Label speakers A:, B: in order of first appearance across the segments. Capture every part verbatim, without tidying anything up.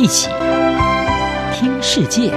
A: 起听世界。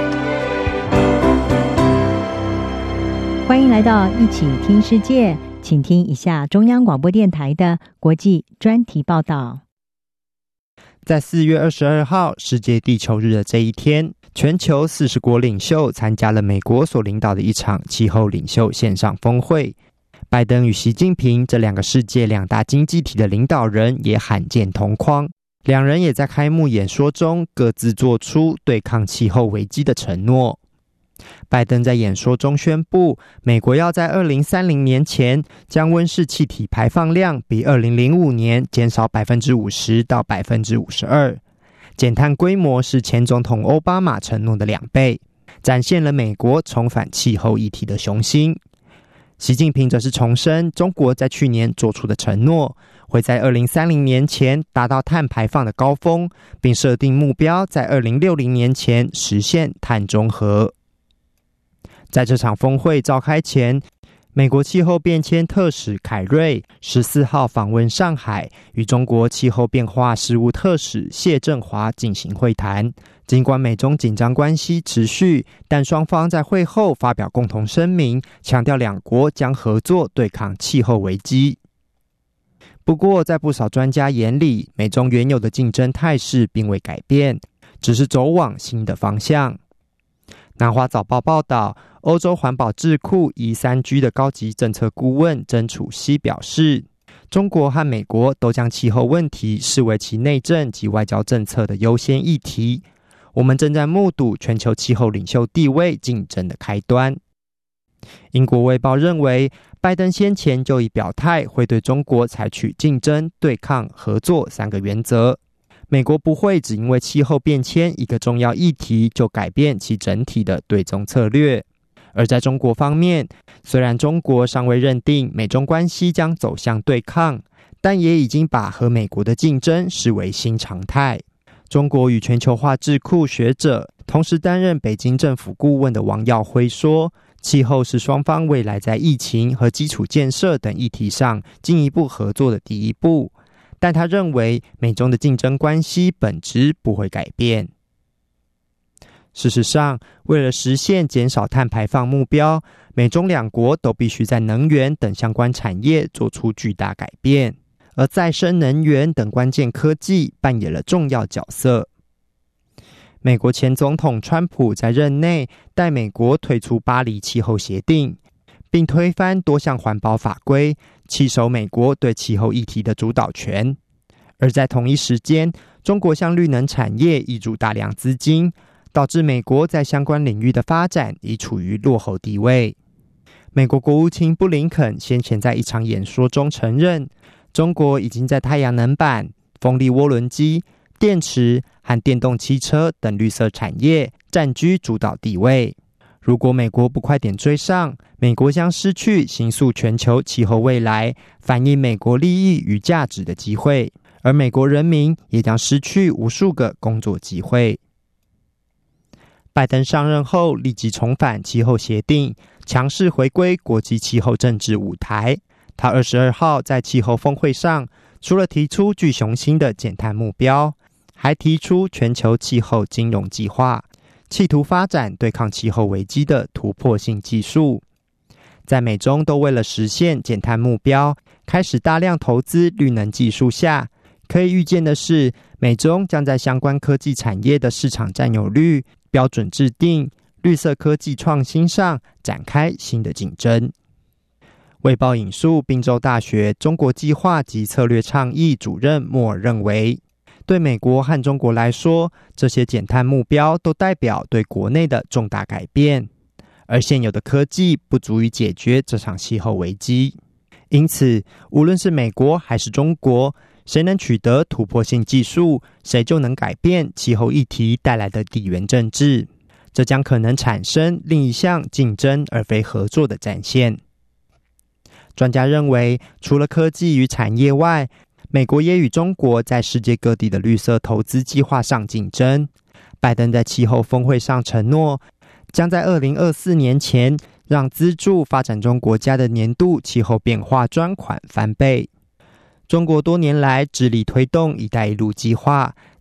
B: 欢迎来到一起听世界，请听一下中央广播电台的国际专题报道。
C: 在四月二十二号世界地球日的这一天，全球四十国领袖参加了美国所领导的一场气候领袖线上峰会。拜登与习近平这两个世界两大经济体的领导人也罕见同框，两人也在开幕演说中各自做出对抗气候危机的承诺。拜登在演说中宣布，美国要在二零三零年前将温室气体排放量比二零零五年减少 百分之五十 到 百分之五十二， 减碳规模是前总统奥巴马承诺的两倍，展现了美国重返气候议题的雄心。习近平则是重申中国在去年做出的承诺，会在二零三零年前达到碳排放的高峰，并设定目标在二零六零年前实现碳中和。在这场峰会召开前，美国气候变迁特使凯瑞十四号访问上海，与中国气候变化事务特使谢振华进行会谈。尽管美中紧张关系持续，但双方在会后发表共同声明，强调两国将合作对抗气候危机。不过，在不少专家眼里，美中原有的竞争态势并未改变，只是走往新的方向。南华早报报道，欧洲环保智库 E 三 G 的高级政策顾问曾楚曦表示，中国和美国都将气候问题视为其内政及外交政策的优先议题。我们正在目睹全球气候领袖地位竞争的开端。英国卫报认为，拜登先前就已表态会对中国采取竞争、对抗、合作三个原则。美国不会只因为气候变迁一个重要议题就改变其整体的对中策略。而在中国方面，虽然中国尚未认定美中关系将走向对抗，但也已经把和美国的竞争视为新常态。中国与全球化智库学者，同时担任北京政府顾问的王耀辉说，气候是双方未来在疫情和基础建设等议题上进一步合作的第一步。但他认为美中的竞争关系本质不会改变。事实上，为了实现减少碳排放目标，美中两国都必须在能源等相关产业做出巨大改变，而再生能源等关键科技扮演了重要角色。美国前总统川普在任内带美国退出巴黎气候协定，并推翻多项环保法规，弃守美国对气候议题的主导权。而在同一时间，中国向绿能产业挹注大量资金，导致美国在相关领域的发展已处于落后地位。美国国务卿布林肯先前在一场演说中承认，中国已经在太阳能板、风力涡轮机、电池和电动汽车等绿色产业占据主导地位。如果美国不快点追上，美国将失去形塑全球气候未来、反映美国利益与价值的机会，而美国人民也将失去无数个工作机会。拜登上任后立即重返气候协定，强势回归国际气候政治舞台。他二十二号在气候峰会上，除了提出具雄心的减碳目标，还提出全球气候金融计划，企图发展对抗气候危机的突破性技术。在美中都为了实现减碳目标，开始大量投资绿能技术下，可以预见的是，美中将在相关科技产业的市场占有率、标准制定、绿色科技创新上展开新的竞争。卫报引述宾州大学中国计划及策略倡议主任莫尔认为，对美国和中国来说，这些减碳目标都代表对国内的重大改变，而现有的科技不足以解决这场气候危机。因此，无论是美国还是中国，谁能取得突破性技术，谁就能改变气候议题带来的地缘政治。这将可能产生另一项竞争而非合作的战线。专家认为，除了科技与产业外，美国也与中国在世界各地的绿色投资计划上竞争。拜登在气候峰会上承诺，将在二零二四年前让资助发展中国家的年度气候变化专款翻倍。中国多年来致力推动“一带一路”计划，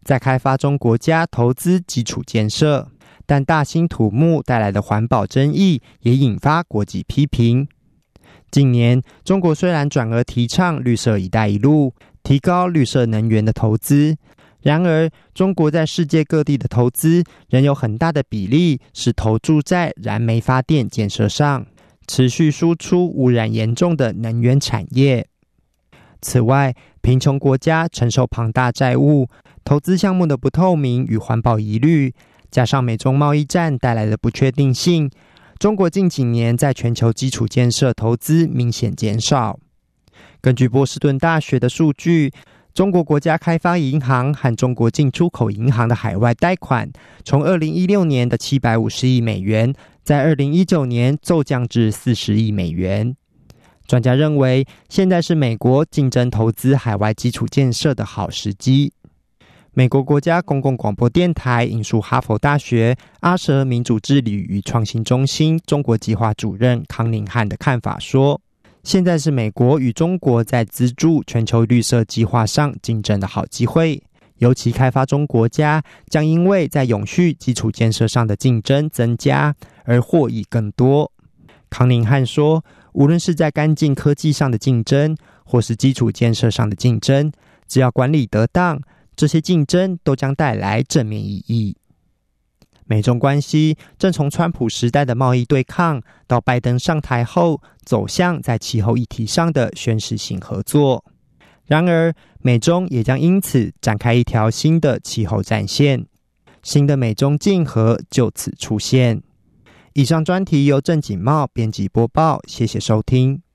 C: 在开发中国家投资基础建设，但大兴土木带来的环保争议也引发国际批评。近年，中国虽然转而提倡绿色“一带一路”，提高绿色能源的投资，然而中国在世界各地的投资仍有很大的比例是投注在燃煤发电建设上，持续输出污染严重的能源产业。此外，贫穷国家承受庞大债务，投资项目的不透明与环保疑虑，加上美中贸易战带来的不确定性，中国近几年在全球基础建设投资明显减少。根据波士顿大学的数据，中国国家开发银行和中国进出口银行的海外贷款，从二零一六年的七百五十亿美元，在二零一九年骤降至四十亿美元。专家认为，现在是美国竞争投资海外基础建设的好时机。美国国家公共广播电台引述哈佛大学阿舍民主治理与创新中心中国计划主任康宁汉的看法说，现在是美国与中国在资助全球绿色计划上竞争的好机会，尤其开发中国家将因为在永续基础建设上的竞争增加而获益更多。康宁汉说，无论是在干净科技上的竞争，或是基础建设上的竞争，只要管理得当，这些竞争都将带来正面意义。美中关系正从川普时代的贸易对抗，到拜登上台后走向在气候议题上的宣示性合作。然而，美中也将因此展开一条新的气候战线，新的美中竞合就此出现。以上专题由郑锦茂编辑播报，谢谢收听。